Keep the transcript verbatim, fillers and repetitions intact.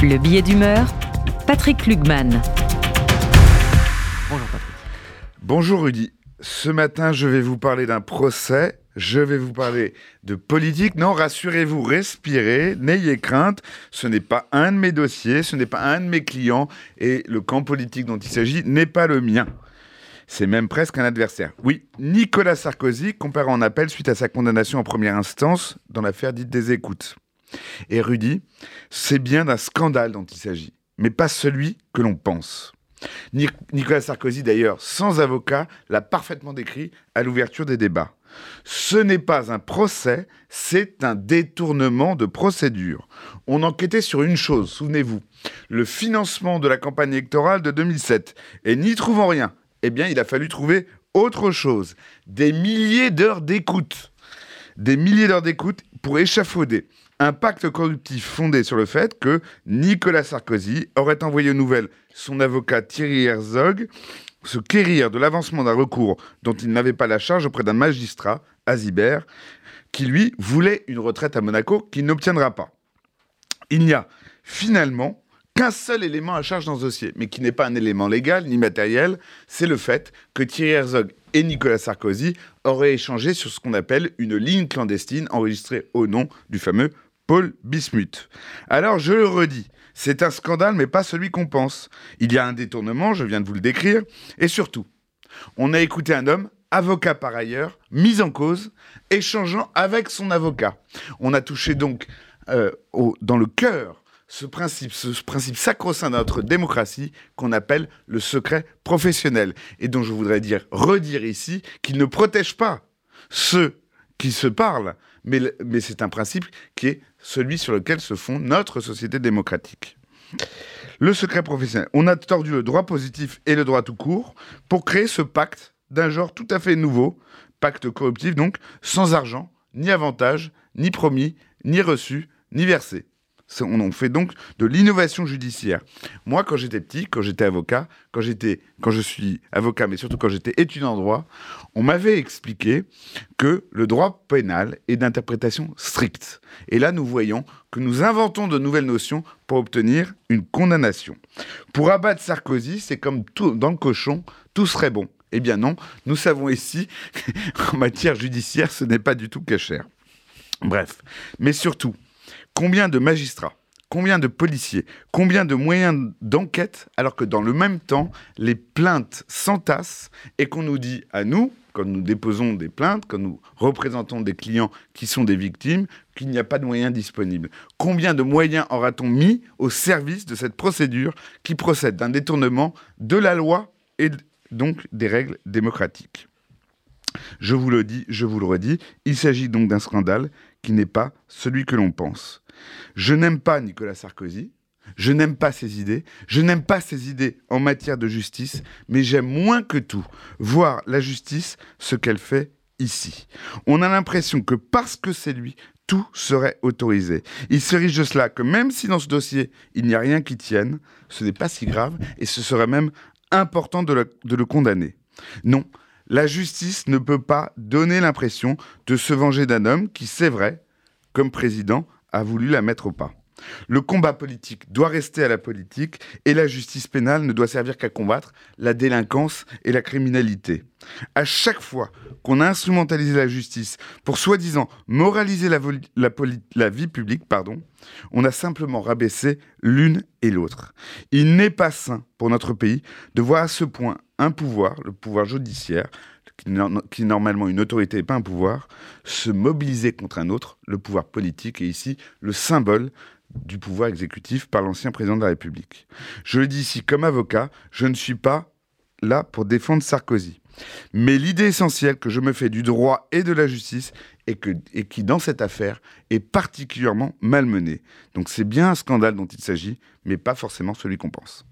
Le billet d'humeur, Patrick Klugman. Bonjour Patrick. Bonjour Rudy. Ce matin, je vais vous parler d'un procès. Je vais vous parler de politique. Non, rassurez-vous, respirez, n'ayez crainte. Ce n'est pas un de mes dossiers, ce n'est pas un de mes clients. Et le camp politique dont il s'agit n'est pas le mien. C'est même presque un adversaire. Oui, Nicolas Sarkozy compare en appel suite à sa condamnation en première instance dans l'affaire dite des écoutes. Et Rudy, c'est bien d'un scandale dont il s'agit, mais pas celui que l'on pense. Nicolas Sarkozy, d'ailleurs, sans avocat, l'a parfaitement décrit à l'ouverture des débats. Ce n'est pas un procès, c'est un détournement de procédure. On enquêtait sur une chose, souvenez-vous, le financement de la campagne électorale de deux mille sept. Et n'y trouvant rien, eh bien, il a fallu trouver autre chose. Des milliers d'heures d'écoute. Des milliers d'heures d'écoute pour échafauder un pacte corruptif fondé sur le fait que Nicolas Sarkozy aurait envoyé aux nouvelles son avocat Thierry Herzog se quérir de l'avancement d'un recours dont il n'avait pas la charge auprès d'un magistrat, Azibert, qui lui voulait une retraite à Monaco qu'il n'obtiendra pas. Il n'y a finalement qu'un seul élément à charge dans ce dossier, mais qui n'est pas un élément légal ni matériel, c'est le fait que Thierry Herzog et Nicolas Sarkozy auraient échangé sur ce qu'on appelle une ligne clandestine enregistrée au nom du fameux Paul Bismuth. Alors, je le redis, c'est un scandale, mais pas celui qu'on pense. Il y a un détournement, je viens de vous le décrire, et surtout, on a écouté un homme, avocat par ailleurs, mis en cause, échangeant avec son avocat. On a touché donc euh, au, dans le cœur ce principe, ce principe sacro-saint de notre démocratie qu'on appelle le secret professionnel, et dont je voudrais dire, redire ici, qu'il ne protège pas ceux qui se parlent, mais, mais c'est un principe qui est celui sur lequel se fonde notre société démocratique. Le secret professionnel. On a tordu le droit positif et le droit tout court pour créer ce pacte d'un genre tout à fait nouveau, pacte corruptif donc, sans argent, ni avantage, ni promis, ni reçu, ni versé. On fait donc de l'innovation judiciaire. Moi, quand j'étais petit, quand j'étais avocat, quand, j'étais, quand je suis avocat, mais surtout quand j'étais étudiant en droit, on m'avait expliqué que le droit pénal est d'interprétation stricte. Et là, nous voyons que nous inventons de nouvelles notions pour obtenir une condamnation. Pour abattre Sarkozy, c'est comme tout, dans le cochon, tout serait bon. Eh bien non, nous savons ici qu'en matière judiciaire, ce n'est pas du tout cachère. Bref, mais surtout, combien de magistrats, combien de policiers, combien de moyens d'enquête, alors que dans le même temps, les plaintes s'entassent et qu'on nous dit à nous, quand nous déposons des plaintes, quand nous représentons des clients qui sont des victimes, qu'il n'y a pas de moyens disponibles. Combien de moyens aura-t-on mis au service de cette procédure qui procède d'un détournement de la loi et donc des règles démocratiques ? Je vous le dis, je vous le redis, il s'agit donc d'un scandale qui n'est pas celui que l'on pense. Je n'aime pas Nicolas Sarkozy, je n'aime pas ses idées, je n'aime pas ses idées en matière de justice, mais j'aime moins que tout voir la justice ce qu'elle fait ici. On a l'impression que parce que c'est lui, tout serait autorisé. Il se riche de cela que même si dans ce dossier, il n'y a rien qui tienne, ce n'est pas si grave et ce serait même important de le, de le condamner. Non, la justice ne peut pas donner l'impression de se venger d'un homme qui, c'est vrai, comme président, a voulu la mettre au pas. Le combat politique doit rester à la politique et la justice pénale ne doit servir qu'à combattre la délinquance et la criminalité. À chaque fois qu'on a instrumentalisé la justice pour soi-disant moraliser la, vo- la, poli- la vie publique, pardon, on a simplement rabaissé l'une et l'autre. Il n'est pas sain pour notre pays de voir à ce point un pouvoir, le pouvoir judiciaire, qui est normalement une autorité et pas un pouvoir, se mobiliser contre un autre, le pouvoir politique, et ici le symbole du pouvoir exécutif par l'ancien président de la République. Je le dis ici comme avocat, je ne suis pas là pour défendre Sarkozy. Mais l'idée essentielle que je me fais du droit et de la justice et, que, et qui, dans cette affaire, est particulièrement malmenée. Donc c'est bien un scandale dont il s'agit, mais pas forcément celui qu'on pense.